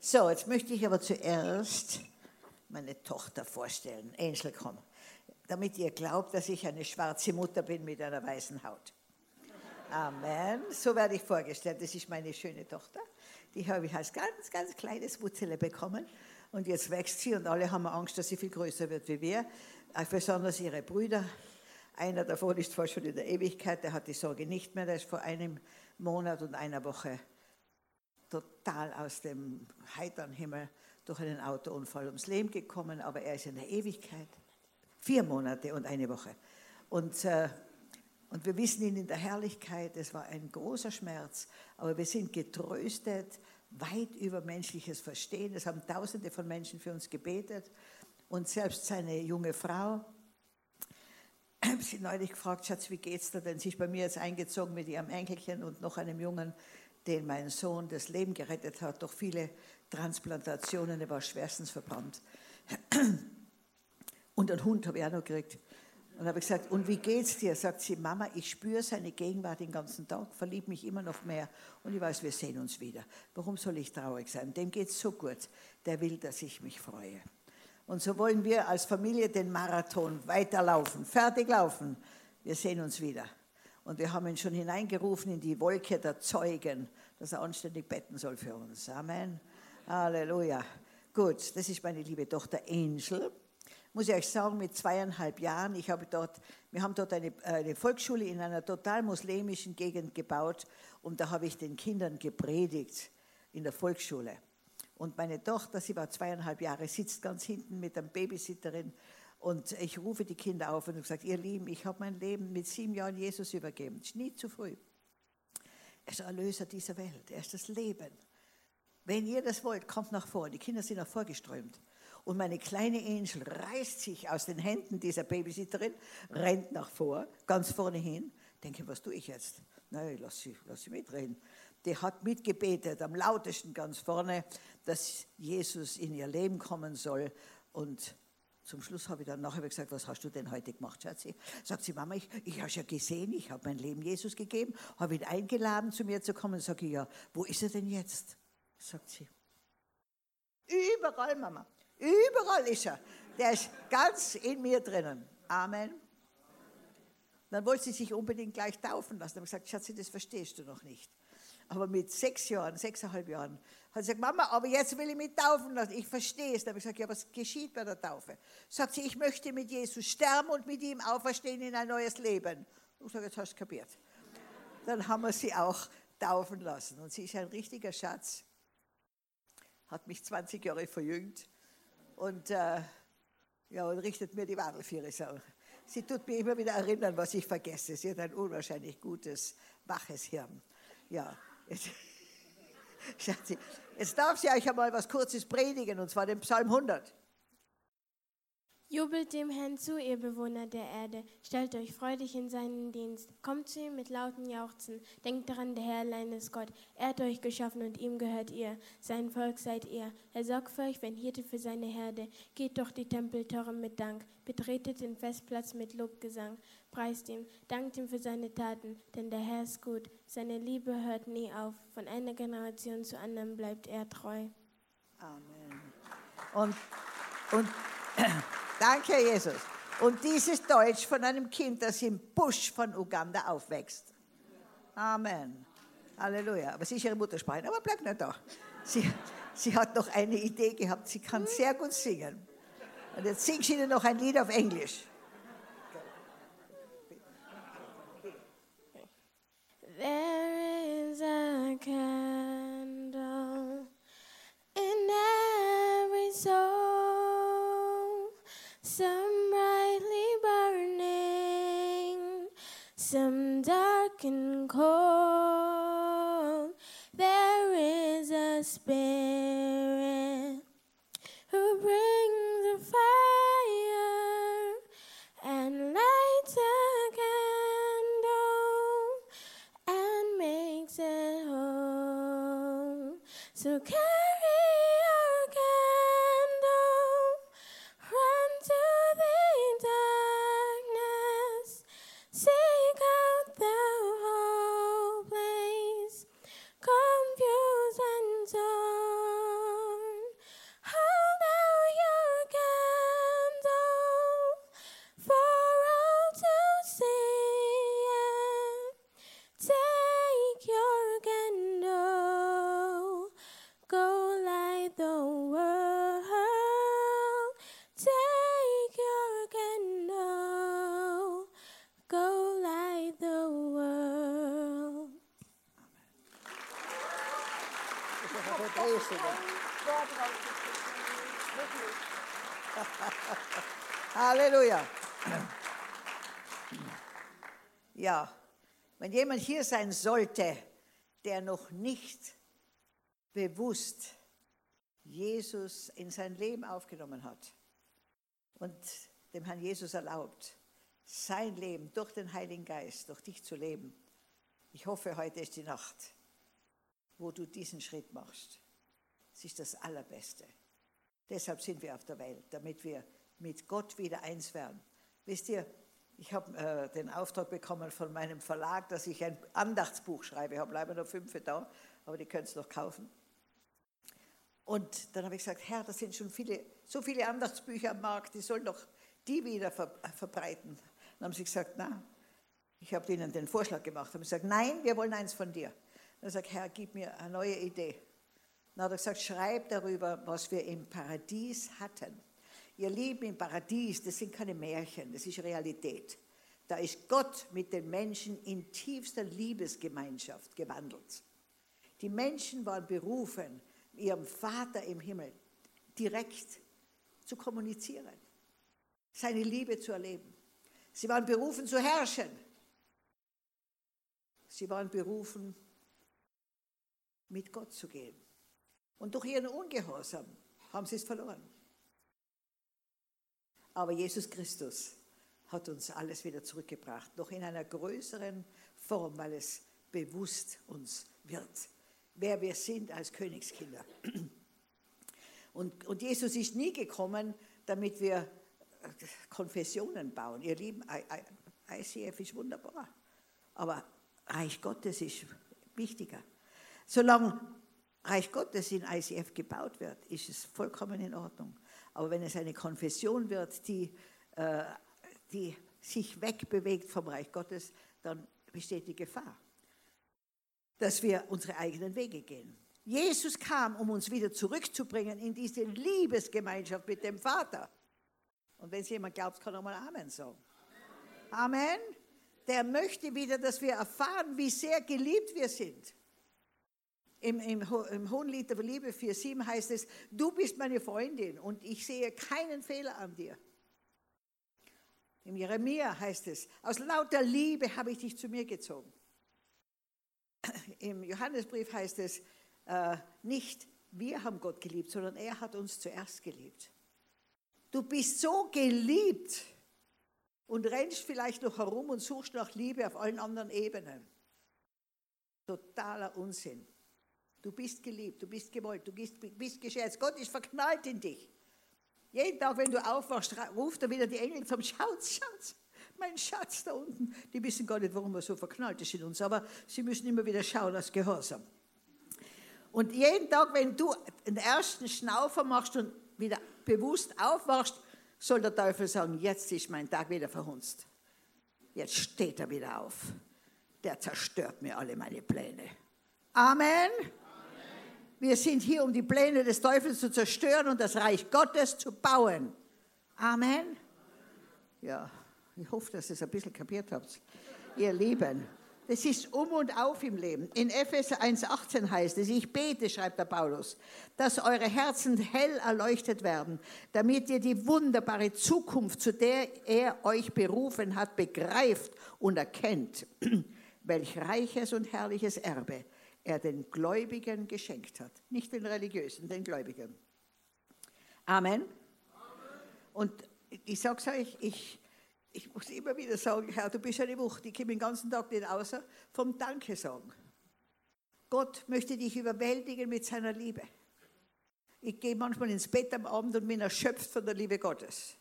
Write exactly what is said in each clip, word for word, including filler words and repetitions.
So, jetzt möchte ich aber zuerst meine Tochter vorstellen. Angel, komm. Damit ihr glaubt, dass ich eine schwarze Mutter bin mit einer weißen Haut. Amen. So werde ich vorgestellt. Das ist meine schöne Tochter. Die habe ich als ganz, ganz kleines Mutzele bekommen. Und jetzt wächst sie und alle haben Angst, dass sie viel größer wird wie wir. Auch besonders ihre Brüder. Einer davon ist zwar schon in der Ewigkeit, der hat die Sorge nicht mehr. Der ist vor einem Monat und einer Woche total aus dem heiteren Himmel durch einen Autounfall ums Leben gekommen. Aber er ist in der Ewigkeit. Vier Monate und eine Woche. Und, äh, und wir wissen ihn in der Herrlichkeit. Es war ein großer Schmerz. Aber wir sind getröstet, weit über menschliches Verstehen. Es haben Tausende von Menschen für uns gebetet. Und selbst seine junge Frau, ich habe sie neulich gefragt, Schatz, wie geht's dir denn? Sie ist bei mir jetzt eingezogen mit ihrem Enkelchen und noch einem Jungen, den mein Sohn das Leben gerettet hat durch viele Transplantationen. Er war schwerstens verbrannt. Und einen Hund habe ich auch noch gekriegt. Und habe ich gesagt, und wie geht's dir? Sagt sie, Mama, ich spüre seine Gegenwart den ganzen Tag, verliebe mich immer noch mehr und ich weiß, wir sehen uns wieder. Warum soll ich traurig sein? Dem geht's so gut. Der will, dass ich mich freue. Und so wollen wir als Familie den Marathon weiterlaufen, fertig laufen. Wir sehen uns wieder. Und wir haben ihn schon hineingerufen in die Wolke der Zeugen, dass er anständig betten soll für uns. Amen. Halleluja. Gut, das ist meine liebe Tochter Angel. Muss ich euch sagen, mit zweieinhalb Jahren, ich habe dort, wir haben dort eine, eine Volksschule in einer total muslimischen Gegend gebaut und da habe ich den Kindern gepredigt in der Volksschule. Und meine Tochter, sie war zweieinhalb Jahre, sitzt ganz hinten mit einer Babysitterin und ich rufe die Kinder auf und habe gesagt, ihr Lieben, ich habe mein Leben mit sieben Jahren Jesus übergeben. Es ist nie zu früh. Er ist der Erlöser dieser Welt, er ist das Leben. Wenn ihr das wollt, kommt nach vorne. Die Kinder sind nach vorgeströmt. Und meine kleine Angel reißt sich aus den Händen dieser Babysitterin, rennt nach vor, ganz vorne hin. Denke, was tue ich jetzt? Nein, lass sie, lass sie mitreden. Die hat mitgebetet, am lautesten ganz vorne, dass Jesus in ihr Leben kommen soll. Und zum Schluss habe ich dann nachher gesagt, was hast du denn heute gemacht, Schatzi? Sagt sie, Mama, ich, ich habe ja gesehen, ich habe mein Leben Jesus gegeben, habe ihn eingeladen, zu mir zu kommen. Sage ich, ja, wo ist er denn jetzt? Sagt sie. Überall, Mama. Überall ist er. Der ist ganz in mir drinnen. Amen. Dann wollte sie sich unbedingt gleich taufen lassen. Dann habe ich gesagt, Schatzi, das verstehst du noch nicht. Aber mit sechs Jahren, sechseinhalb Jahren, hat sie gesagt, Mama, aber jetzt will ich mich taufen lassen. Ich verstehe es. Dann habe ich gesagt, ja, was geschieht bei der Taufe? Sagt sie, ich möchte mit Jesus sterben und mit ihm auferstehen in ein neues Leben. Ich sage, jetzt hast du kapiert. Dann haben wir sie auch taufen lassen. Und sie ist ein richtiger Schatz. Hat mich zwanzig Jahre verjüngt. Und, äh, ja, und richtet mir die Wandelfiere so. Sie tut mir immer wieder erinnern, was ich vergesse. Sie hat ein unwahrscheinlich gutes, waches Hirn. Ja, jetzt, Schatzi, jetzt darf sie euch einmal was Kurzes predigen, und zwar den Psalm hundert. Jubelt dem Herrn zu, ihr Bewohner der Erde. Stellt euch freudig in seinen Dienst. Kommt zu ihm mit lauten Jauchzen. Denkt daran, der Herr allein ist Gott. Er hat euch geschaffen und ihm gehört ihr. Sein Volk seid ihr. Er sorgt für euch, wenn Hirte für seine Herde. Geht durch die Tempeltore mit Dank. Betretet den Festplatz mit Lobgesang. Preist ihm, dankt ihm für seine Taten, denn der Herr ist gut. Seine Liebe hört nie auf. Von einer Generation zur anderen bleibt er treu. Amen. Und, und danke, Jesus. Und dieses Deutsch von einem Kind, das im Busch von Uganda aufwächst. Amen. Halleluja. Aber sie ist ihre Muttersprache, aber bleibt nicht da. Sie, sie hat noch eine Idee gehabt, sie kann sehr gut singen. Und jetzt singt sie ihnen noch ein Lied auf Englisch. There is a candle in every soul, some brightly burning, some dark and cold. There is a spirit who brings a fire and lights a candle and makes it whole. So carry your candle, run to the darkness, seek out the whole place, confused and torn. rauszusingen. Wort rauszusingen. Halleluja. Ja, wenn jemand hier sein sollte, der noch nicht bewusst Jesus in sein Leben aufgenommen hat und dem Herrn Jesus erlaubt, sein Leben durch den Heiligen Geist, durch dich zu leben. Ich hoffe, heute ist die Nacht, wo du diesen Schritt machst. Es ist das Allerbeste. Deshalb sind wir auf der Welt, damit wir mit Gott wieder eins werden. Wisst ihr, ich habe äh, den Auftrag bekommen von meinem Verlag, dass ich ein Andachtsbuch schreibe. Ich habe leider noch fünf da, aber die könnt ihr noch kaufen. Und dann habe ich gesagt, Herr, das sind schon viele, so viele Andachtsbücher am Markt, die sollen doch die wieder ver, äh, verbreiten. Dann haben sie gesagt, na, ich habe ihnen den Vorschlag gemacht. Haben gesagt, nein, wir wollen eins von dir. Dann habe ich gesagt, Herr, gib mir eine neue Idee. Dann hat er gesagt, schreib darüber, was wir im Paradies hatten. Ihr Lieben, im Paradies, das sind keine Märchen, das ist Realität. Da ist Gott mit den Menschen in tiefster Liebesgemeinschaft gewandelt. Die Menschen waren berufen, ihrem Vater im Himmel direkt zu kommunizieren, seine Liebe zu erleben. Sie waren berufen zu herrschen. Sie waren berufen, mit Gott zu gehen. Und durch ihren Ungehorsam haben sie es verloren. Aber Jesus Christus hat uns alles wieder zurückgebracht, noch in einer größeren Form, weil es bewusst uns wird, wer wir sind als Königskinder. Und, und Jesus ist nie gekommen, damit wir Konfessionen bauen. Ihr Lieben, I C F ist wunderbar, aber Reich Gottes ist wichtiger. Solange Reich Gottes in I C F gebaut wird, ist es vollkommen in Ordnung. Aber wenn es eine Konfession wird, die, äh, die sich wegbewegt vom Reich Gottes, dann besteht die Gefahr, dass wir unsere eigenen Wege gehen. Jesus kam, um uns wieder zurückzubringen in diese Liebesgemeinschaft mit dem Vater. Und wenn es jemand glaubt, kann er mal Amen sagen. Amen. Amen. Der möchte wieder, dass wir erfahren, wie sehr geliebt wir sind. Im, im, im Hohenlied der Liebe vier sieben heißt es, du bist meine Freundin und ich sehe keinen Fehler an dir. Im Jeremia heißt es, aus lauter Liebe habe ich dich zu mir gezogen. Im Johannesbrief heißt es, äh, nicht wir haben Gott geliebt, sondern er hat uns zuerst geliebt. Du bist so geliebt und rennst vielleicht noch herum und suchst nach Liebe auf allen anderen Ebenen. Totaler Unsinn. Du bist geliebt, du bist gewollt, du bist, bist geschätzt. Gott ist verknallt in dich. Jeden Tag, wenn du aufwachst, ruft er wieder die Engel vom Schatz, Schatz, mein Schatz da unten. Die wissen gar nicht, warum er so verknallt ist in uns, aber sie müssen immer wieder schauen als Gehorsam. Und jeden Tag, wenn du den ersten Schnaufer machst und wieder bewusst aufwachst, soll der Teufel sagen, jetzt ist mein Tag wieder verhunzt. Jetzt steht er wieder auf. Der zerstört mir alle meine Pläne. Amen. Wir sind hier, um die Pläne des Teufels zu zerstören und das Reich Gottes zu bauen. Amen. Ja, ich hoffe, dass ihr es ein bisschen kapiert habt. Ihr Lieben, das ist um und auf im Leben. In Epheser eins achtzehn heißt es, ich bete, schreibt der Paulus, dass eure Herzen hell erleuchtet werden, damit ihr die wunderbare Zukunft, zu der er euch berufen hat, begreift und erkennt, welch reiches und herrliches Erbe er den Gläubigen geschenkt hat. Nicht den Religiösen, den Gläubigen. Amen. Amen. Und ich sage es euch, ich, ich muss immer wieder sagen, Herr, du bist eine Wucht. Ich komme den ganzen Tag nicht außer vom Danke sagen. Gott möchte dich überwältigen mit seiner Liebe. Ich gehe manchmal ins Bett am Abend und bin erschöpft von der Liebe Gottes.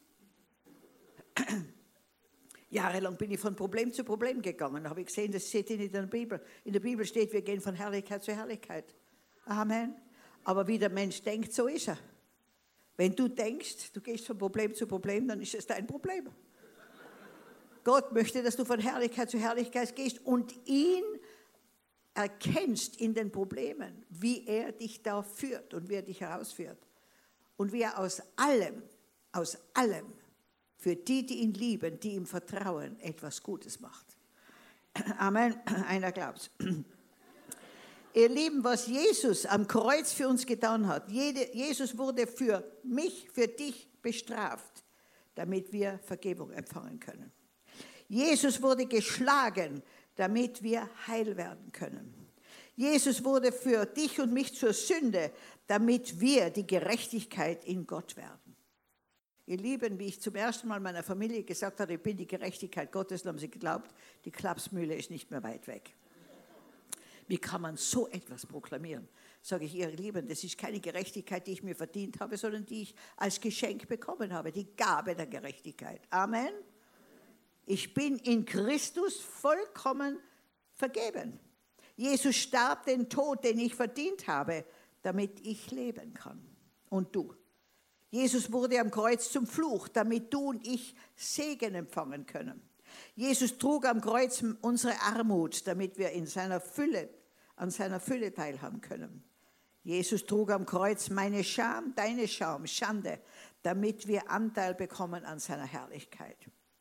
Jahrelang bin ich von Problem zu Problem gegangen. Da habe ich gesehen, das steht nicht in der Bibel. In der Bibel steht, wir gehen von Herrlichkeit zu Herrlichkeit. Amen. Aber wie der Mensch denkt, so ist er. Wenn du denkst, du gehst von Problem zu Problem, dann ist es dein Problem. Gott möchte, dass du von Herrlichkeit zu Herrlichkeit gehst und ihn erkennst in den Problemen, wie er dich da führt und wie er dich herausführt. Und wie er aus allem, aus allem, für die, die ihn lieben, die ihm vertrauen, etwas Gutes macht. Amen. Einer glaubt's. Ihr Lieben, was Jesus am Kreuz für uns getan hat, jede, Jesus wurde für mich, für dich bestraft, damit wir Vergebung empfangen können. Jesus wurde geschlagen, damit wir heil werden können. Jesus wurde für dich und mich zur Sünde, damit wir die Gerechtigkeit in Gott werden. Ihr Lieben, wie ich zum ersten Mal meiner Familie gesagt habe, ich bin die Gerechtigkeit Gottes, dann haben sie geglaubt, die Klapsmühle ist nicht mehr weit weg. Wie kann man so etwas proklamieren? Sage ich, ihr Lieben, das ist keine Gerechtigkeit, die ich mir verdient habe, sondern die ich als Geschenk bekommen habe, die Gabe der Gerechtigkeit. Amen. Ich bin in Christus vollkommen vergeben. Jesus starb den Tod, den ich verdient habe, damit ich leben kann. Und du. Jesus wurde am Kreuz zum Fluch, damit du und ich Segen empfangen können. Jesus trug am Kreuz unsere Armut, damit wir in seiner Fülle, an seiner Fülle teilhaben können. Jesus trug am Kreuz meine Scham, deine Scham, Schande, damit wir Anteil bekommen an seiner Herrlichkeit.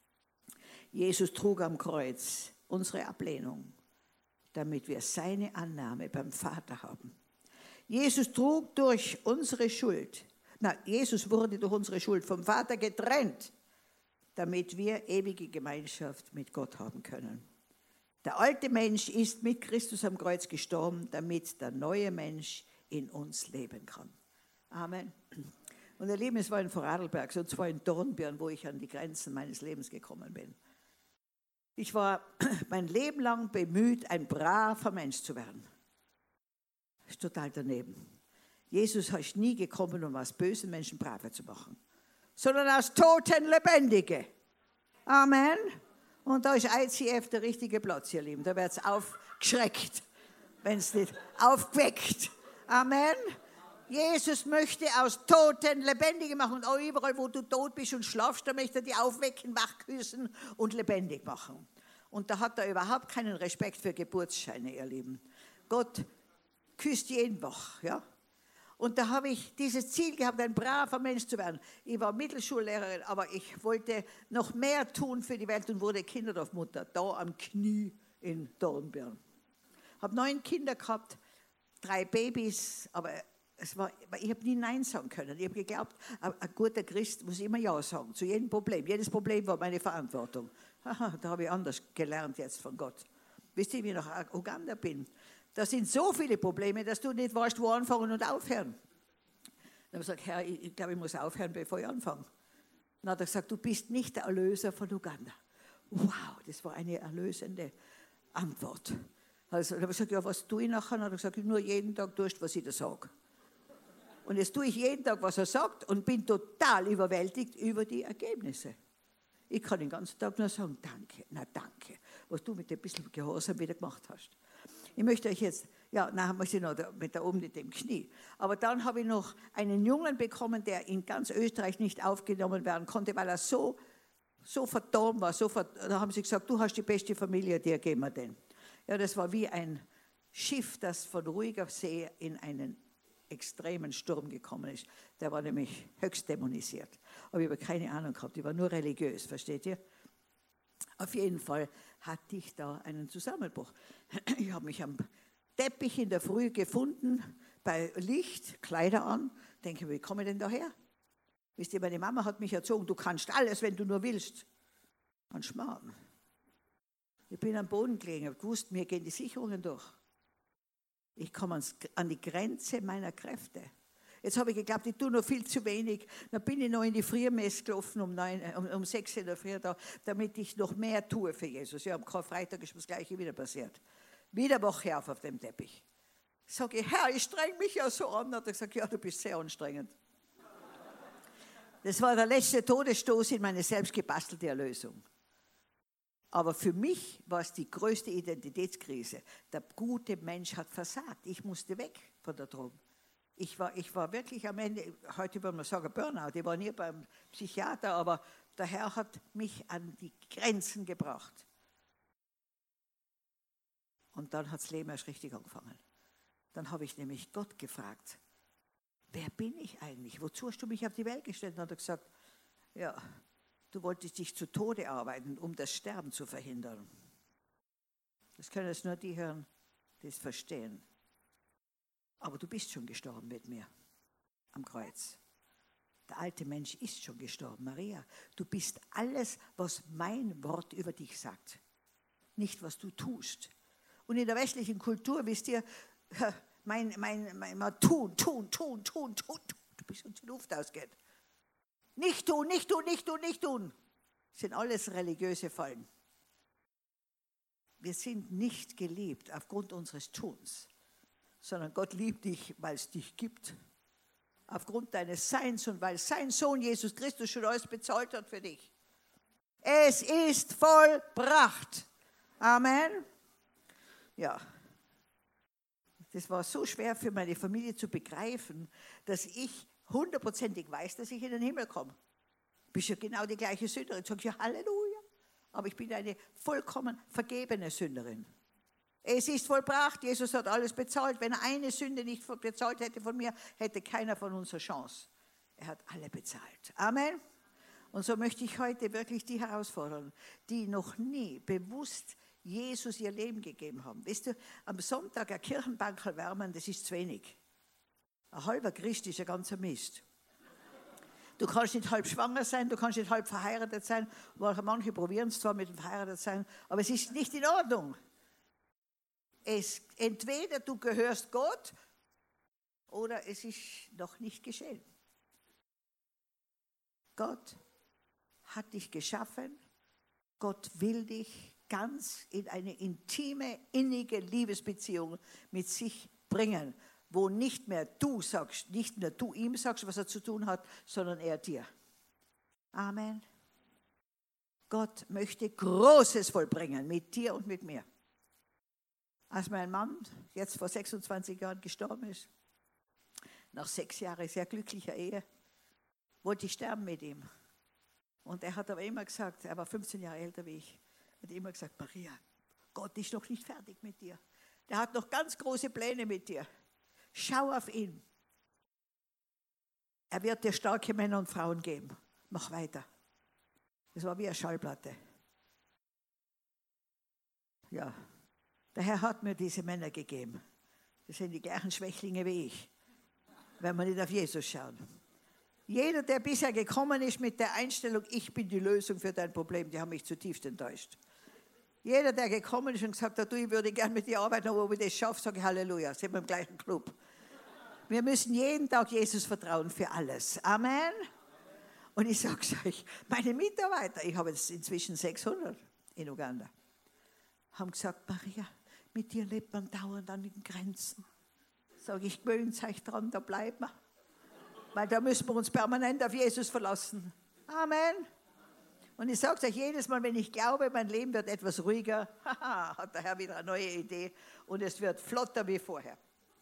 Jesus trug am Kreuz unsere Ablehnung, damit wir seine Annahme beim Vater haben. Jesus trug durch unsere Schuld, na, Jesus wurde durch unsere Schuld vom Vater getrennt, damit wir ewige Gemeinschaft mit Gott haben können. Der alte Mensch ist mit Christus am Kreuz gestorben, damit der neue Mensch in uns leben kann. Amen. Und ihr Lieben, es war in Vorarlberg, und zwar in Dornbirn, wo ich an die Grenzen meines Lebens gekommen bin. Ich war mein Leben lang bemüht, ein braver Mensch zu werden. Das ist total daneben. Jesus ist nie gekommen, um aus bösen Menschen brave zu machen, sondern aus Toten Lebendige. Amen. Und da ist I C F der richtige Platz, ihr Lieben. Da wird es aufgeschreckt, wenn es nicht aufgeweckt. Amen. Jesus möchte aus Toten Lebendige machen. Und auch überall, wo du tot bist und schlafst, da möchte er dich aufwecken, wachküssen und lebendig machen. Und da hat er überhaupt keinen Respekt für Geburtsscheine, ihr Lieben. Gott küsst jeden wach, ja. Und da habe ich dieses Ziel gehabt, ein braver Mensch zu werden. Ich war Mittelschullehrerin, aber ich wollte noch mehr tun für die Welt und wurde Kinderdorfmutter, da am Knie in Dornbirn. Ich habe neun Kinder gehabt, drei Babys, aber es war, ich habe nie Nein sagen können. Ich habe geglaubt, ein, ein guter Christ muss immer Ja sagen, zu jedem Problem. Jedes Problem war meine Verantwortung. Aha, da habe ich anders gelernt jetzt von Gott. Wisst ihr, wie ich nach Uganda bin? Da sind so viele Probleme, dass du nicht weißt, wo anfangen und aufhören. Dann habe ich gesagt, Herr, ich, ich glaube, ich muss aufhören, bevor ich anfange. Dann hat er gesagt, du bist nicht der Erlöser von Uganda. Wow, das war eine erlösende Antwort. Also, dann habe ich gesagt, ja, was tue ich nachher? Dann hat er gesagt, nur jeden Tag tust, was ich dir sage. Und jetzt tue ich jeden Tag, was er sagt und bin total überwältigt über die Ergebnisse. Ich kann den ganzen Tag nur sagen, danke, na danke, was du mit dem bisschen Gehorsam wieder gemacht hast. Ich möchte euch jetzt, ja, nachher muss ich noch da, mit da oben mit dem Knie. Aber dann habe ich noch einen Jungen bekommen, der in ganz Österreich nicht aufgenommen werden konnte, weil er so, so verdorben war. So verdorben. Da haben sie gesagt, du hast die beste Familie, dir geben wir den. Ja, das war wie ein Schiff, das von ruhiger See in einen extremen Sturm gekommen ist. Der war nämlich höchst dämonisiert. Aber ich habe keine Ahnung gehabt, ich war nur religiös, versteht ihr? Auf jeden Fall hatte ich da einen Zusammenbruch. Ich habe mich am Teppich in der Früh gefunden, bei Licht, Kleider an. Denke, wie komme ich denn da her? Wisst ihr, meine Mama hat mich erzogen, du kannst alles, wenn du nur willst. An Schmarrn. Ich bin am Boden gelegen, habe gewusst, mir gehen die Sicherungen durch. Ich komme an die Grenze meiner Kräfte. Jetzt habe ich geglaubt, ich tue noch viel zu wenig. Dann bin ich noch in die Frühmesse gelaufen, um, neun, um, um sechs in der Früh, da, damit ich noch mehr tue für Jesus. Ja, am Karfreitag ist das Gleiche wieder passiert. Wieder Woche auf auf dem Teppich. Sage ich, Herr, ich streng mich ja so an. Hat er gesagt, ja, du bist sehr anstrengend. Das war der letzte Todesstoß in meine selbst gebastelte Erlösung. Aber für mich war es die größte Identitätskrise. Der gute Mensch hat versagt. Ich musste weg von der Droge. Ich war, ich war wirklich am Ende, heute würde man sagen Burnout, ich war nie beim Psychiater, aber der Herr hat mich an die Grenzen gebracht. Und dann hat das Leben erst richtig angefangen. Dann habe ich nämlich Gott gefragt, wer bin ich eigentlich? Wozu hast du mich auf die Welt gestellt? Und dann hat er gesagt, ja, du wolltest dich zu Tode arbeiten, um das Sterben zu verhindern. Das können jetzt nur die hören, die es verstehen. Aber du bist schon gestorben mit mir am Kreuz. Der alte Mensch ist schon gestorben. Maria, du bist alles, was mein Wort über dich sagt. Nicht, was du tust. Und in der westlichen Kultur, wisst ihr, mein, mein, mein, mein tun, tun, tun, tun, tun, tun, bis uns die Luft ausgeht. Nicht tun, nicht tun, nicht tun, nicht tun. Das sind alles religiöse Fallen. Wir sind nicht geliebt aufgrund unseres Tuns, sondern Gott liebt dich, weil es dich gibt. Aufgrund deines Seins und weil sein Sohn Jesus Christus schon alles bezahlt hat für dich. Es ist vollbracht. Amen. Ja, das war so schwer für meine Familie zu begreifen, dass ich hundertprozentig weiß, dass ich in den Himmel komme. Du bist ja genau die gleiche Sünderin. Sag ich ja Halleluja. Aber ich bin eine vollkommen vergebene Sünderin. Es ist vollbracht, Jesus hat alles bezahlt. Wenn er eine Sünde nicht bezahlt hätte von mir, hätte keiner von uns eine Chance. Er hat alle bezahlt. Amen. Und so möchte ich heute wirklich die herausfordern, die noch nie bewusst Jesus ihr Leben gegeben haben. Weißt du, am Sonntag ein Kirchenbankerl wärmen, das ist zu wenig. Ein halber Christ ist ein ganzer Mist. Du kannst nicht halb schwanger sein, du kannst nicht halb verheiratet sein. Manche probieren es zwar mit dem Verheiratetsein, aber es ist nicht in Ordnung. Es, entweder du gehörst Gott oder es ist noch nicht geschehen. Gott hat dich geschaffen. Gott will dich ganz in eine intime, innige Liebesbeziehung mit sich bringen, wo nicht mehr du sagst, nicht mehr du ihm sagst, was er zu tun hat, sondern er dir. Amen. Gott möchte Großes vollbringen mit dir und mit mir. Als mein Mann jetzt vor sechsundzwanzig Jahren gestorben ist, nach sechs Jahren sehr glücklicher Ehe, wollte ich sterben mit ihm. Und er hat aber immer gesagt, er war fünfzehn Jahre älter wie ich, hat immer gesagt, Maria, Gott ist noch nicht fertig mit dir. Der hat noch ganz große Pläne mit dir. Schau auf ihn. Er wird dir starke Männer und Frauen geben. Mach weiter. Das war wie eine Schallplatte. Ja, der Herr hat mir diese Männer gegeben. Das sind die gleichen Schwächlinge wie ich, wenn wir nicht auf Jesus schauen. Jeder, der bisher gekommen ist mit der Einstellung, ich bin die Lösung für dein Problem, die haben mich zutiefst enttäuscht. Jeder, der gekommen ist und gesagt hat, du, ich würde gerne mit dir arbeiten, aber ob ich das schaffe, sage ich Halleluja, sind wir im gleichen Club. Wir müssen jeden Tag Jesus vertrauen für alles. Amen. Und ich sage es euch, meine Mitarbeiter, ich habe jetzt inzwischen sechshundert in Uganda, haben gesagt, Maria, mit dir lebt man dauernd an den Grenzen. Sage ich, gewöhnt euch dran, da bleiben wir. Weil da müssen wir uns permanent auf Jesus verlassen. Amen. Und ich sage es euch jedes Mal, wenn ich glaube, mein Leben wird etwas ruhiger, haha, hat der Herr wieder eine neue Idee und es wird flotter wie vorher.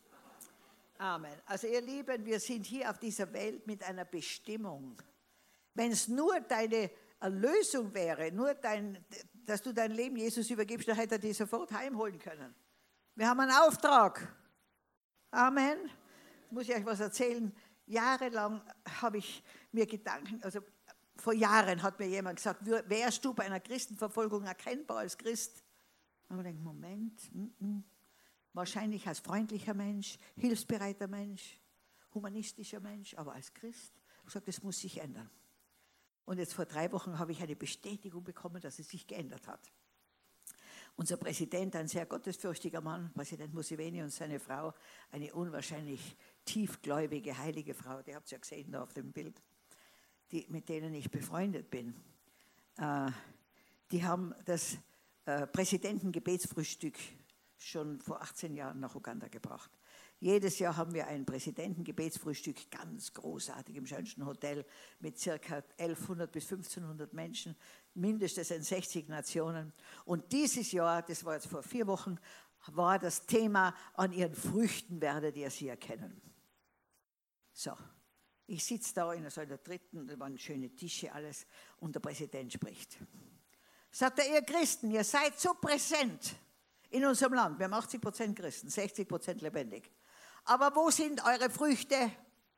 Amen. Also ihr Lieben, wir sind hier auf dieser Welt mit einer Bestimmung. Wenn es nur deine Erlösung wäre, nur dein, dass du dein Leben Jesus übergibst, dann hätte er dich sofort heimholen können. Wir haben einen Auftrag. Amen. Jetzt muss ich euch was erzählen. Jahrelang habe ich mir Gedanken, also vor Jahren hat mir jemand gesagt, wärst du bei einer Christenverfolgung erkennbar als Christ? Und ich denke, Moment, m -m. wahrscheinlich als freundlicher Mensch, hilfsbereiter Mensch, humanistischer Mensch, aber als Christ. Ich habe gesagt, das muss sich ändern. Und jetzt vor drei Wochen habe ich eine Bestätigung bekommen, dass es sich geändert hat. Unser Präsident, ein sehr gottesfürchtiger Mann, Präsident Museveni und seine Frau, eine unwahrscheinlich tiefgläubige, heilige Frau, die habt ihr ja gesehen da auf dem Bild, die, mit denen ich befreundet bin. Äh, die haben das äh, Präsidentengebetsfrühstück schon vor achtzehn Jahren nach Uganda gebracht. Jedes Jahr haben wir ein Präsidentengebetsfrühstück, ganz großartig, im schönsten Hotel mit ca. elfhundert bis fünfzehnhundert Menschen, mindestens in sechzig Nationen. Und dieses Jahr, das war jetzt vor vier Wochen, war das Thema, an ihren Früchten werdet ihr sie erkennen. So, ich sitze da in so einer dritten, da waren schöne Tische, alles, und der Präsident spricht. Sagt er, ihr Christen, ihr seid so präsent in unserem Land. Wir haben achtzig Prozent Christen, sechzig Prozent lebendig. Aber wo sind eure Früchte?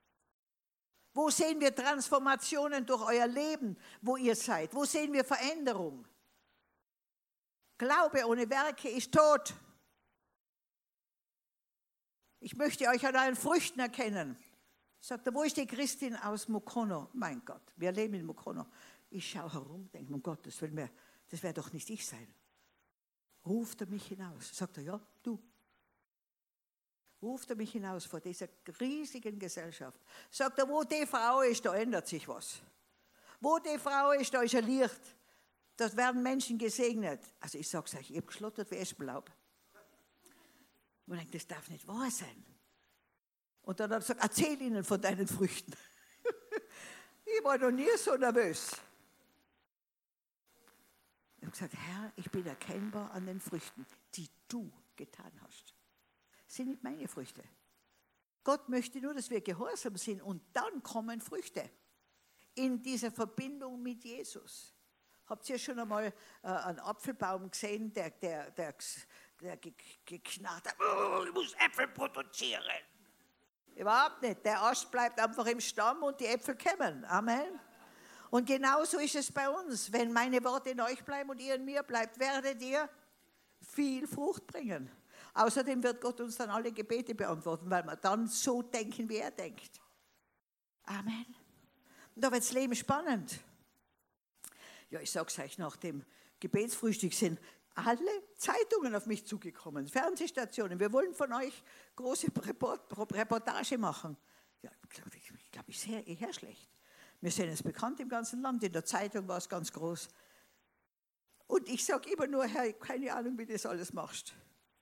Wo sehen wir Transformationen durch euer Leben, wo ihr seid? Wo sehen wir Veränderung? Glaube ohne Werke ist tot. Ich möchte euch an euren Früchten erkennen. Sagt er, wo ist die Christin aus Mukono? Mein Gott, wir leben in Mukono. Ich schaue herum, denke, um Gottes Willen, mehr, das wäre doch nicht ich sein. Ruft er mich hinaus? Sagt er, ja, du. Ruft er mich hinaus vor dieser riesigen Gesellschaft. Sagt er, wo die Frau ist, da ändert sich was. Wo die Frau ist, da ist ein Licht. Da werden Menschen gesegnet. Also ich sage es euch, ich habe geschlottert wie Espenlaub. Und ich denke, das darf nicht wahr sein. Und dann hat er gesagt, erzähl ihnen von deinen Früchten. Ich war noch nie so nervös. Ich habe gesagt, Herr, ich bin erkennbar an den Früchten, die du getan hast. Das sind nicht meine Früchte. Gott möchte nur, dass wir gehorsam sind und dann kommen Früchte. In dieser Verbindung mit Jesus. Habt ihr schon einmal äh, einen Apfelbaum gesehen, der, der, der, der geknarrt hat, oh, ich muss Äpfel produzieren? Überhaupt nicht. Der Ast bleibt einfach im Stamm und die Äpfel kommen. Amen. Und genauso ist es bei uns. Wenn meine Worte in euch bleiben und ihr in mir bleibt, werdet ihr viel Frucht bringen. Außerdem wird Gott uns dann alle Gebete beantworten, weil wir dann so denken, wie er denkt. Amen. Und da wird das Leben spannend. Ja, ich sage es euch, nach dem Gebetsfrühstück sind alle Zeitungen auf mich zugekommen, Fernsehstationen. Wir wollen von euch große Report, Reportage machen. Ja, ich glaube, ich, ich, glaub, ich sehe eher schlecht. Wir sind jetzt bekannt im ganzen Land, in der Zeitung war es ganz groß. Und ich sage immer nur, Herr, ich habe keine Ahnung, wie du das alles machst.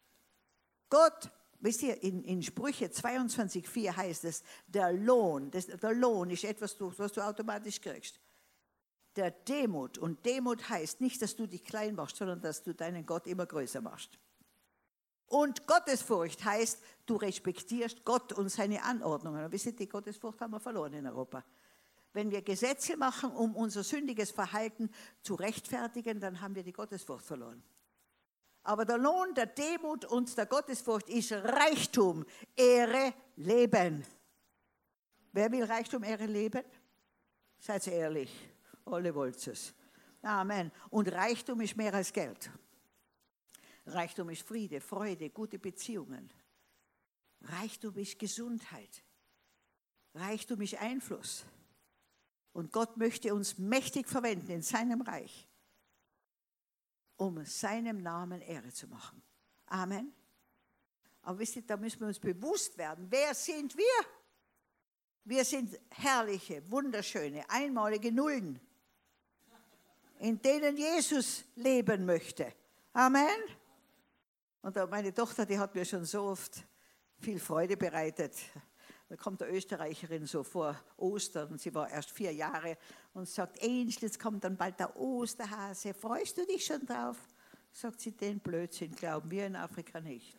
Gott, wisst ihr, in, in Sprüche zweiundzwanzig vier heißt es, der Lohn, das, der Lohn ist etwas, was du automatisch kriegst. Der Demut, und Demut heißt nicht, dass du dich klein machst, sondern dass du deinen Gott immer größer machst. Und Gottesfurcht heißt, du respektierst Gott und seine Anordnungen. Und wisst ihr, die Gottesfurcht haben wir verloren in Europa. Wenn wir Gesetze machen, um unser sündiges Verhalten zu rechtfertigen, dann haben wir die Gottesfurcht verloren. Aber der Lohn der Demut und der Gottesfurcht ist Reichtum, Ehre, Leben. Wer will Reichtum, Ehre, Leben? Seid ehrlich, alle wollt es. Amen. Und Reichtum ist mehr als Geld. Reichtum ist Friede, Freude, gute Beziehungen. Reichtum ist Gesundheit. Reichtum ist Einfluss. Und Gott möchte uns mächtig verwenden in seinem Reich, um seinem Namen Ehre zu machen. Amen. Aber wisst ihr, da müssen wir uns bewusst werden, wer sind wir? Wir sind herrliche, wunderschöne, einmalige Nullen, in denen Jesus leben möchte. Amen. Und meine Tochter, die hat mir schon so oft viel Freude bereitet. Da kommt eine Österreicherin so vor Ostern, und sie war erst vier Jahre und sagt, Angel, jetzt kommt dann bald der Osterhase, freust du dich schon drauf? Sagt sie, den Blödsinn glauben wir in Afrika nicht.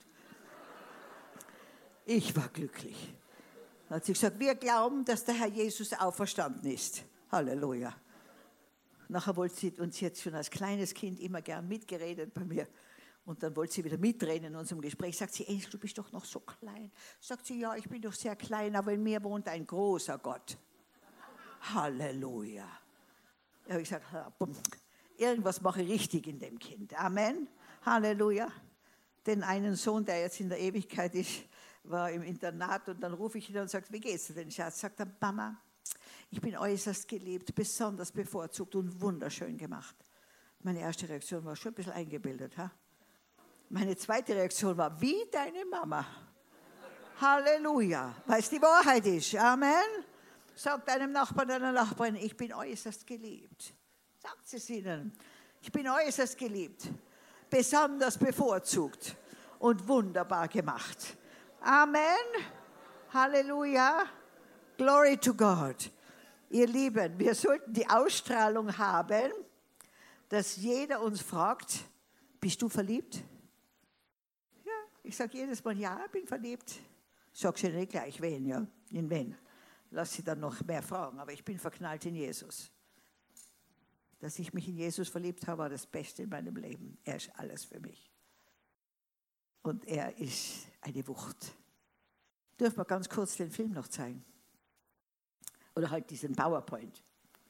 Ich war glücklich. Dann hat sie gesagt, wir glauben, dass der Herr Jesus auferstanden ist. Halleluja. Nachher wollte sie, und sie hat schon als kleines Kind immer gern mitgeredet bei mir. Und dann wollte sie wieder mitreden in unserem Gespräch. Sagt sie, Angel, du bist doch noch so klein. Sagt sie, ja, ich bin doch sehr klein, aber in mir wohnt ein großer Gott. Halleluja. Da habe ich gesagt, irgendwas mache ich richtig in dem Kind. Amen. Halleluja. Den einen Sohn, der jetzt in der Ewigkeit ist, war im Internat, und dann rufe ich ihn und sage, wie geht's dir denn, Schatz? Sagt er, Mama, ich bin äußerst geliebt, besonders bevorzugt und wunderschön gemacht. Meine erste Reaktion war schon ein bisschen eingebildet, ha? Meine zweite Reaktion war, wie deine Mama. Halleluja, weil es die Wahrheit ist. Amen. Sagt deinem Nachbarn, deiner Nachbarin, ich bin äußerst geliebt. Sagt es ihnen. Ich bin äußerst geliebt, besonders bevorzugt und wunderbar gemacht. Amen. Halleluja. Glory to God. Ihr Lieben, wir sollten die Ausstrahlung haben, dass jeder uns fragt, bist du verliebt? Ich sage jedes Mal, ja, ich bin verliebt. Sag sie nicht gleich, wen, ja, in wen. Lass sie dann noch mehr fragen, aber ich bin verknallt in Jesus. Dass ich mich in Jesus verliebt habe, war das Beste in meinem Leben. Er ist alles für mich. Und er ist eine Wucht. Dürfen wir ganz kurz den Film noch zeigen? Oder halt diesen PowerPoint.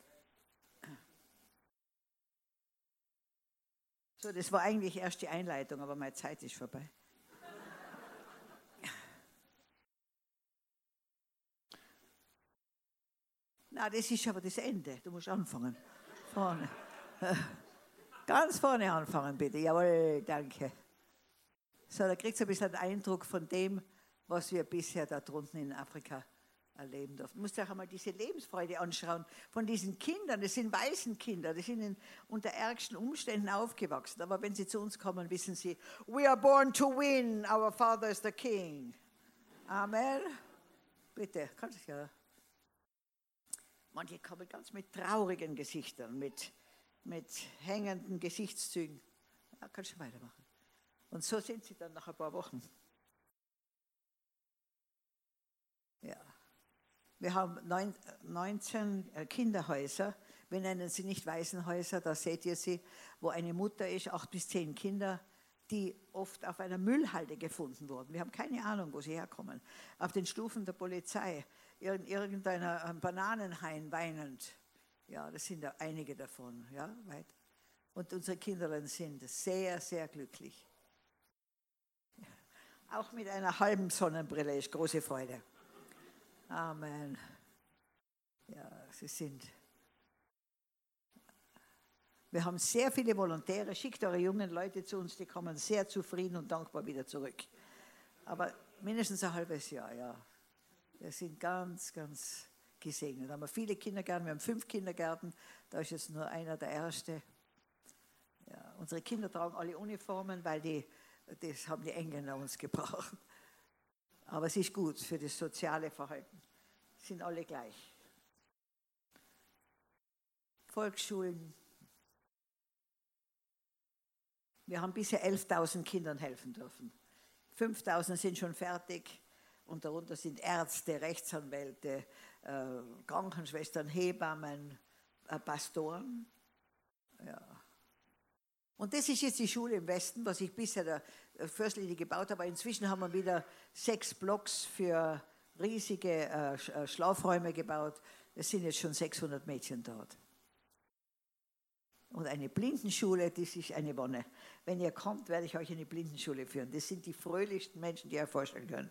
So, das war eigentlich erst die Einleitung, aber meine Zeit ist vorbei. Na, das ist aber das Ende. Du musst anfangen. Vorne. Ganz vorne anfangen, bitte. Jawohl, danke. So, da kriegt ihr ein bisschen einen Eindruck von dem, was wir bisher da drunten in Afrika erleben durften. Du musst euch einmal diese Lebensfreude anschauen von diesen Kindern. Das sind Waisenkinder, die sind in, unter ärgsten Umständen aufgewachsen. Aber wenn sie zu uns kommen, wissen sie, we are born to win, our father is the king. Amen. Bitte, kannst du ja. Manche kommen ganz mit traurigen Gesichtern, mit, mit hängenden Gesichtszügen. Ja, kannst du weitermachen. Und so sind sie dann nach ein paar Wochen. Ja. Wir haben neun, neunzehn Kinderhäuser. Wir nennen sie nicht Waisenhäuser, da seht ihr sie, wo eine Mutter ist, acht bis zehn Kinder, die oft auf einer Müllhalde gefunden wurden. Wir haben keine Ahnung, wo sie herkommen. Auf den Stufen der Polizei, in irgendeiner Bananenhain weinend. Ja, das sind einige davon. Ja, weit. Und unsere Kinder sind sehr, sehr glücklich. Auch mit einer halben Sonnenbrille ist große Freude. Amen. Ja, sie sind. Wir haben sehr viele Volontäre. Schickt eure jungen Leute zu uns, die kommen sehr zufrieden und dankbar wieder zurück. Aber mindestens ein halbes Jahr, ja. Wir sind ganz, ganz gesegnet. Da haben wir viele Kindergärten, wir haben fünf Kindergärten, da ist jetzt nur einer der erste. Ja, unsere Kinder tragen alle Uniformen, weil die, das haben die Engländer uns gebraucht. Aber es ist gut für das soziale Verhalten. Sind alle gleich. Volksschulen. Wir haben bisher elftausend Kindern helfen dürfen. fünftausend sind schon fertig und darunter sind Ärzte, Rechtsanwälte, äh, Krankenschwestern, Hebammen, äh, Pastoren. Ja. Und das ist jetzt die Schule im Westen, was ich bisher der Fürstliche gebaut habe. Inzwischen haben wir wieder sechs Blocks für riesige äh, Schlafräume gebaut. Es sind jetzt schon sechshundert Mädchen dort. Und eine Blindenschule, das ist eine Wonne. Wenn ihr kommt, werde ich euch in eine Blindenschule führen. Das sind die fröhlichsten Menschen, die ihr euch vorstellen könnt.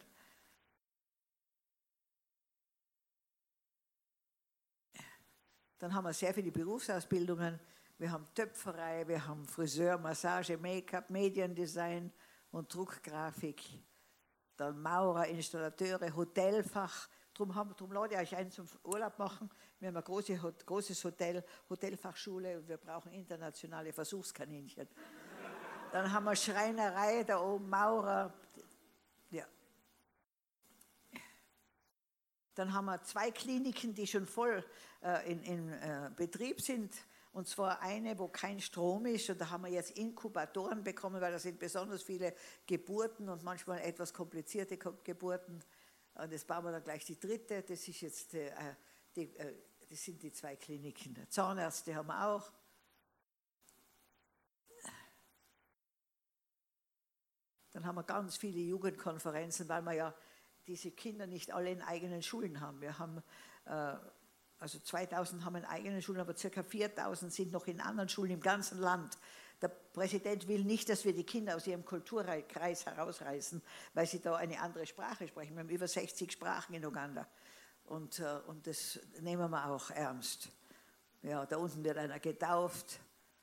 Dann haben wir sehr viele Berufsausbildungen. Wir haben Töpferei, wir haben Friseur, Massage, Make-up, Mediendesign und Druckgrafik. Dann Maurer, Installateure, Hotelfach. Darum, haben, darum lade ich euch ein zum Urlaub machen. Wir haben ein große, großes Hotel, Hotelfachschule und wir brauchen internationale Versuchskaninchen. Dann haben wir Schreinerei, da oben Maurer. Ja. Dann haben wir zwei Kliniken, die schon voll äh, in, in äh, Betrieb sind. Und zwar eine, wo kein Strom ist. Und da haben wir jetzt Inkubatoren bekommen, weil da sind besonders viele Geburten und manchmal etwas komplizierte Geburten. Und das bauen wir dann gleich die dritte. Das ist jetzt, äh, die, äh, das sind die zwei Kliniken. Zahnärzte haben wir auch. Dann haben wir ganz viele Jugendkonferenzen, weil wir ja diese Kinder nicht alle in eigenen Schulen haben. Wir haben, äh, also zweitausend haben in eigenen Schulen, aber ca. viertausend sind noch in anderen Schulen im ganzen Land. Der Präsident will nicht, dass wir die Kinder aus ihrem Kulturkreis herausreißen, weil sie da eine andere Sprache sprechen. Wir haben über sechzig Sprachen in Uganda und, äh, und das nehmen wir auch ernst. Ja, da unten wird einer getauft.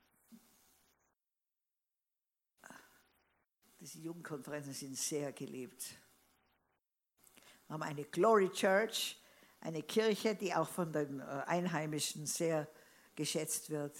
Diese Jugendkonferenzen sind sehr geliebt. Wir haben eine Glory Church, eine Kirche, die auch von den Einheimischen sehr geschätzt wird.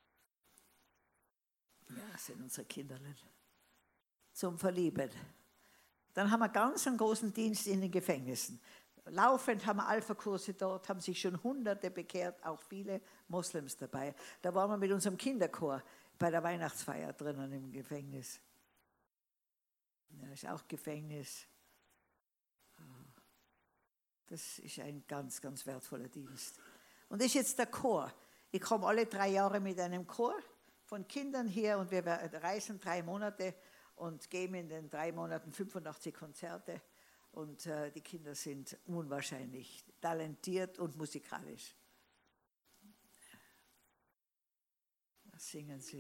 Ja, das sind unsere Kinderlein. Zum Verlieben. Dann haben wir ganz einen großen Dienst in den Gefängnissen. Laufend haben wir Alpha-Kurse dort, haben sich schon Hunderte bekehrt, auch viele Moslems dabei. Da waren wir mit unserem Kinderchor bei der Weihnachtsfeier drinnen im Gefängnis. Ja, ist auch Gefängnis. Das ist ein ganz, ganz wertvoller Dienst. Und das ist jetzt der Chor. Ich komme alle drei Jahre mit einem Chor von Kindern hier und wir reisen drei Monate und geben in den drei Monaten fünfundachtzig Konzerte. Und äh, die Kinder sind unwahrscheinlich talentiert und musikalisch. Das singen sie.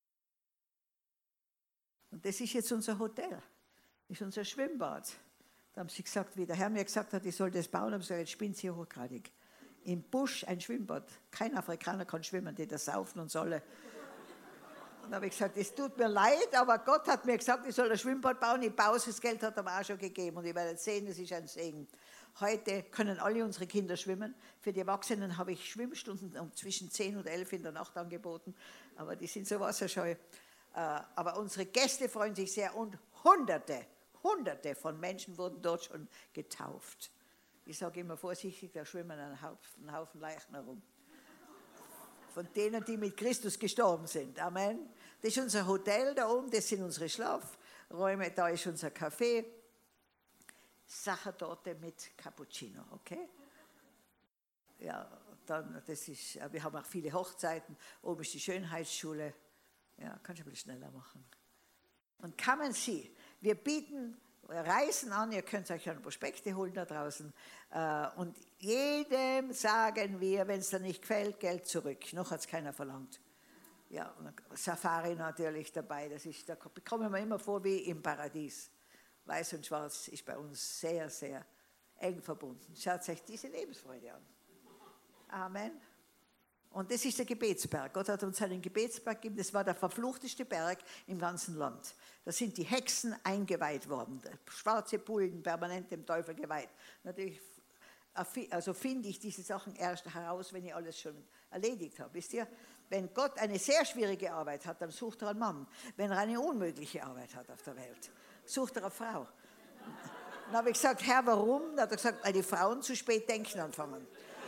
Und das ist jetzt unser Hotel. Das ist unser Schwimmbad. Da haben sie gesagt, wie der Herr mir gesagt hat, ich soll das bauen, haben sie gesagt, jetzt spinnt sie hochgradig. Im Busch ein Schwimmbad. Kein Afrikaner kann schwimmen, die das saufen und solle. Und da habe ich gesagt, es tut mir leid, aber Gott hat mir gesagt, ich soll ein Schwimmbad bauen, ich baue es, das Geld hat er mir auch schon gegeben und ich werde sehen, es ist ein Segen. Heute können alle unsere Kinder schwimmen. Für die Erwachsenen habe ich Schwimmstunden um zwischen zehn und elf in der Nacht angeboten, aber die sind so wasserscheu. Aber unsere Gäste freuen sich sehr und Hunderte, Hunderte von Menschen wurden dort schon getauft. Ich sage immer vorsichtig, da schwimmen ein Haufen, ein Haufen Leichen herum. Von denen, die mit Christus gestorben sind. Amen. Das ist unser Hotel da oben, das sind unsere Schlafräume, da ist unser Café. Sachertorte mit Cappuccino, okay? Ja, dann, das ist, wir haben auch viele Hochzeiten. Oben ist die Schönheitsschule. Ja, kannst du ein bisschen schneller machen. Und kommen Sie, wir bieten Reisen an, ihr könnt euch einen Prospekte holen da draußen. Und jedem sagen wir, wenn es dir nicht gefällt, Geld zurück. Noch hat es keiner verlangt. Ja, Safari natürlich dabei, das ist, da kommen wir immer vor wie im Paradies. Weiß und Schwarz ist bei uns sehr, sehr eng verbunden. Schaut euch diese Lebensfreude an. Amen. Und das ist der Gebetsberg. Gott hat uns einen Gebetsberg gegeben. Das war der verfluchteste Berg im ganzen Land. Da sind die Hexen eingeweiht worden. Schwarze Bullen, permanent dem Teufel geweiht. Natürlich, also finde ich diese Sachen erst heraus, wenn ich alles schon erledigt habe. Wisst ihr, wenn Gott eine sehr schwierige Arbeit hat, dann sucht er einen Mann. Wenn er eine unmögliche Arbeit hat auf der Welt, sucht er eine Frau. Dann habe ich gesagt, Herr, warum? Dann hat er gesagt, weil die Frauen zu spät denken anfangen.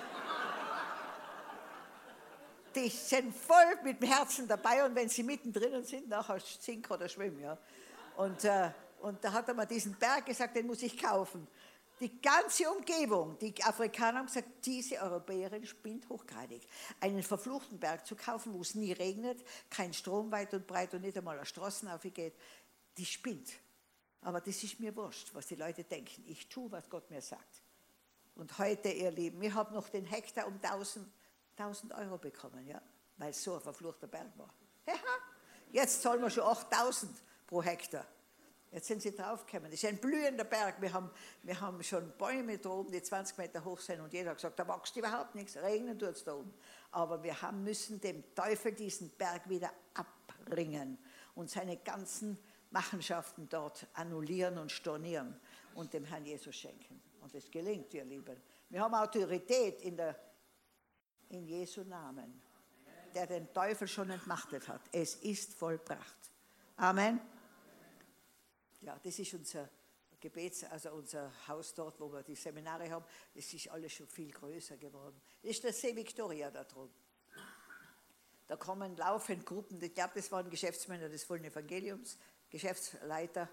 Die sind voll mit dem Herzen dabei und wenn sie mittendrin sind, nachher sinken oder schwimmen. Ja. Und, äh, und da hat er mir diesen Berg gesagt, den muss ich kaufen. Die ganze Umgebung, die Afrikaner haben gesagt, diese Europäerin spinnt hochgradig. Einen verfluchten Berg zu kaufen, wo es nie regnet, kein Strom weit und breit und nicht einmal eine Straße aufgeht, die spinnt. Aber das ist mir wurscht, was die Leute denken. Ich tue, was Gott mir sagt. Und heute, ihr Lieben, ich habe noch den Hektar um tausend Euro bekommen, ja, weil es so ein verfluchter Berg war. Jetzt zahlen wir schon achttausend pro Hektar. Jetzt sind sie draufgekommen. Das ist ein blühender Berg. Wir haben, wir haben schon Bäume da oben, die zwanzig Meter hoch sind und jeder hat gesagt, da wächst überhaupt nichts, regnen tut es da oben. Aber wir haben, müssen dem Teufel diesen Berg wieder abbringen und seine ganzen Machenschaften dort annullieren und stornieren und dem Herrn Jesus schenken. Und es gelingt, ihr Lieben. Wir haben Autorität in, der, in Jesu Namen, der den Teufel schon entmachtet hat. Es ist vollbracht. Amen. Ja, das ist unser Gebets, also unser Haus dort, wo wir die Seminare haben. Das ist alles schon viel größer geworden. Das ist das See Victoria da drüben. Da kommen laufend Gruppen, ich glaube, das waren Geschäftsmänner des vollen Evangeliums, Geschäftsleiter.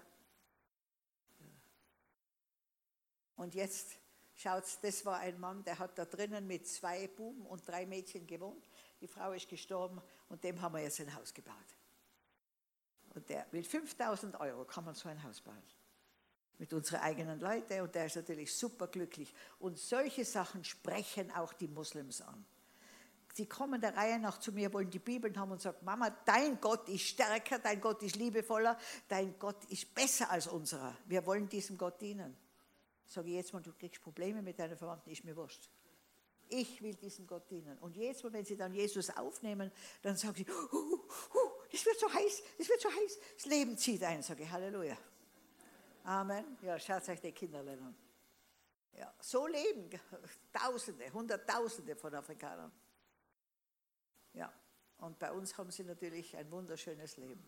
Und jetzt, schaut, das war ein Mann, der hat da drinnen mit zwei Buben und drei Mädchen gewohnt. Die Frau ist gestorben und dem haben wir jetzt ein Haus gebaut. Und der, mit fünftausend Euro kann man so ein Haus bauen. Mit unseren eigenen Leuten und der ist natürlich super glücklich. Und solche Sachen sprechen auch die Moslems an. Sie kommen der Reihe nach zu mir, wollen die Bibeln haben und sagen, Mama, dein Gott ist stärker, dein Gott ist liebevoller, dein Gott ist besser als unserer. Wir wollen diesem Gott dienen. Sage ich jetzt mal, du kriegst Probleme mit deinen Verwandten, ist mir wurscht. Ich will diesem Gott dienen. Und jetzt mal, wenn sie dann Jesus aufnehmen, dann sagen sie, uh, uh, uh, es wird so heiß, es wird so heiß. Das Leben zieht ein, sage ich, Halleluja. Amen. Ja, schaut euch die Kinder an. Ja, so leben Tausende, Hunderttausende von Afrikanern. Ja, und bei uns haben sie natürlich ein wunderschönes Leben.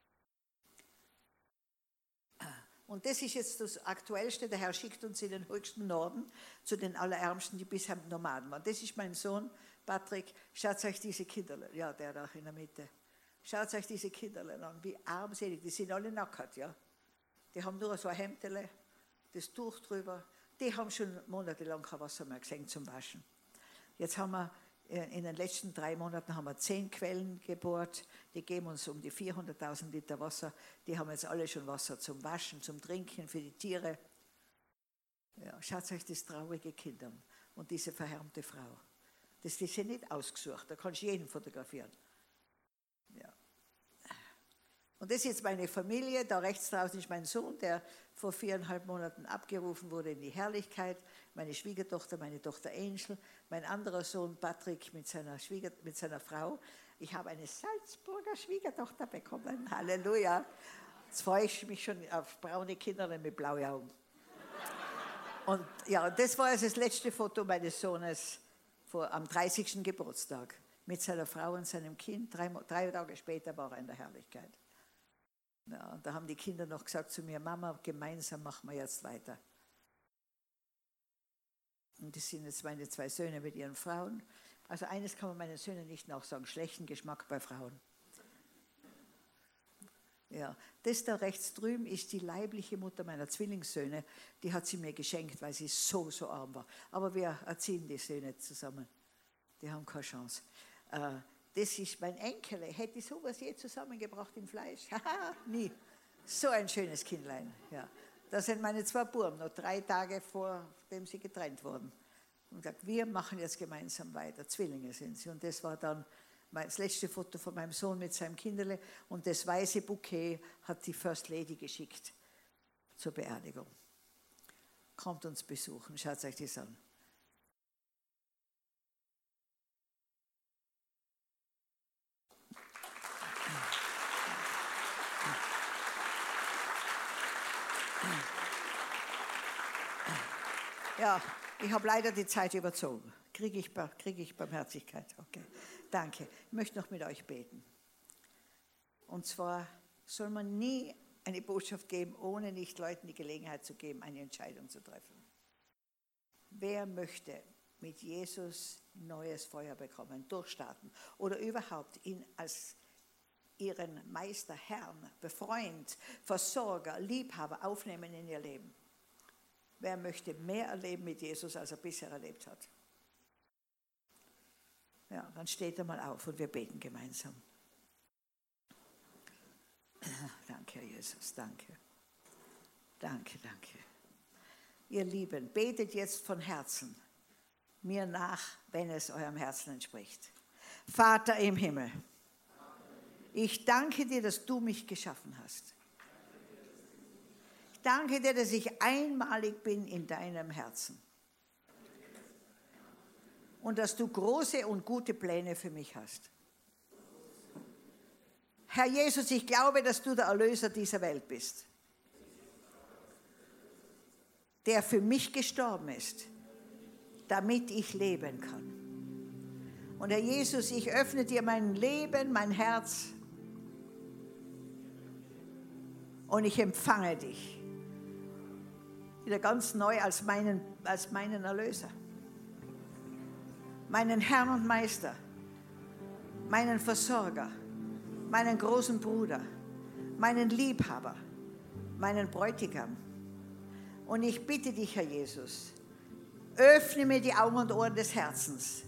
Und das ist jetzt das Aktuellste, der Herr schickt uns in den höchsten Norden zu den Allerärmsten, die bisher Nomaden waren. Das ist mein Sohn, Patrick. Schaut euch diese Kinder, ja, der da in der Mitte. Schaut euch diese Kinder an, wie armselig, die sind alle nackert, ja. Die haben nur so ein Hemdele, das Tuch drüber. Die haben schon monatelang kein Wasser mehr gesehen zum Waschen. Jetzt haben wir in den letzten drei Monaten haben wir zehn Quellen gebohrt, die geben uns um die vierhunderttausend Liter Wasser. Die haben jetzt alle schon Wasser zum Waschen, zum Trinken, für die Tiere. Ja, schaut euch das traurige Kind an und diese verhärmte Frau. Das ist ja nicht ausgesucht, da kannst du jeden fotografieren. Ja. Und das ist jetzt meine Familie. Da rechts draußen ist mein Sohn, der vor viereinhalb Monaten abgerufen wurde in die Herrlichkeit. Meine Schwiegertochter, meine Tochter Angel, mein anderer Sohn Patrick mit seiner, Schwieger, mit seiner Frau. Ich habe eine Salzburger Schwiegertochter bekommen. Halleluja. Jetzt freue ich mich schon auf braune Kinder mit blauen Augen. Und ja, das war also das letzte Foto meines Sohnes vor, am dreißigsten Geburtstag mit seiner Frau und seinem Kind. Drei, drei Tage später war er in der Herrlichkeit. Ja, und da haben die Kinder noch gesagt zu mir, Mama, gemeinsam machen wir jetzt weiter. Und das sind jetzt meine zwei Söhne mit ihren Frauen. Also eines kann man meinen Söhnen nicht nachsagen, schlechten Geschmack bei Frauen. Ja, das da rechts drüben ist die leibliche Mutter meiner Zwillingssöhne. Die hat sie mir geschenkt, weil sie so, so arm war. Aber wir erziehen die Söhne zusammen. Die haben keine Chance. Äh, das ist mein Enkel. Hätte ich sowas je zusammengebracht im Fleisch? Haha, nie. So ein schönes Kindlein. Ja. Das sind meine zwei Buben, noch drei Tage vor dem sie getrennt wurden. Und gesagt, wir machen jetzt gemeinsam weiter. Zwillinge sind sie. Und das war dann das letzte Foto von meinem Sohn mit seinem Kinderle. Und das weiße Bouquet hat die First Lady geschickt zur Beerdigung. Kommt uns besuchen, schaut euch das an. Ja, ich habe leider die Zeit überzogen. Kriege ich, krieg ich Barmherzigkeit? Okay, danke. Ich möchte noch mit euch beten. Und zwar soll man nie eine Botschaft geben, ohne nicht Leuten die Gelegenheit zu geben, eine Entscheidung zu treffen. Wer möchte mit Jesus neues Feuer bekommen, durchstarten oder überhaupt ihn als ihren Meister, Herrn, Befreund, Versorger, Liebhaber aufnehmen in ihr Leben? Wer möchte mehr erleben mit Jesus, als er bisher erlebt hat? Ja, dann steht er mal auf und wir beten gemeinsam. Danke, Herr Jesus, danke. Danke, danke. Ihr Lieben, betet jetzt von Herzen mir nach, wenn es eurem Herzen entspricht. Vater im Himmel, ich danke dir, dass du mich geschaffen hast. Ich danke dir, dass ich einmalig bin in deinem Herzen. Und dass du große und gute Pläne für mich hast. Herr Jesus, ich glaube, dass du der Erlöser dieser Welt bist, der für mich gestorben ist, damit ich leben kann. Und Herr Jesus, ich öffne dir mein Leben, mein Herz und ich empfange dich wieder ganz neu als meinen, als meinen Erlöser, meinen Herrn und Meister, meinen Versorger, meinen großen Bruder, meinen Liebhaber, meinen Bräutigam. Und ich bitte dich, Herr Jesus, öffne mir die Augen und Ohren des Herzens,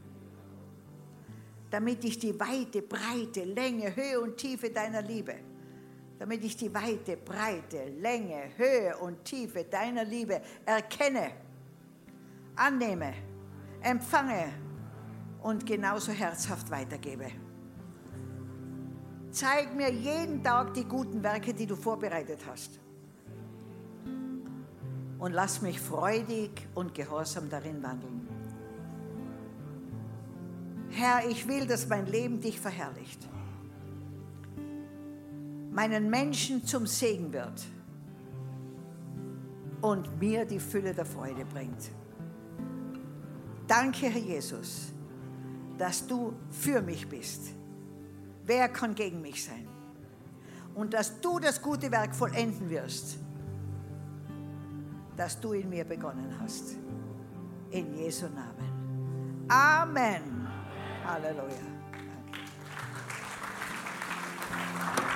damit ich die Weite, Breite, Länge, Höhe und Tiefe deiner Liebe, damit ich die Weite, Breite, Länge, Höhe und Tiefe deiner Liebe erkenne, annehme, empfange und genauso herzhaft weitergebe. Zeig mir jeden Tag die guten Werke, die du vorbereitet hast. Und lass mich freudig und gehorsam darin wandeln. Herr, ich will, dass mein Leben dich verherrlicht, meinen Menschen zum Segen wird und mir die Fülle der Freude bringt. Danke, Herr Jesus, dass du für mich bist. Wer kann gegen mich sein? Und dass du das gute Werk vollenden wirst, das du in mir begonnen hast. In Jesu Namen. Amen. Halleluja. Danke.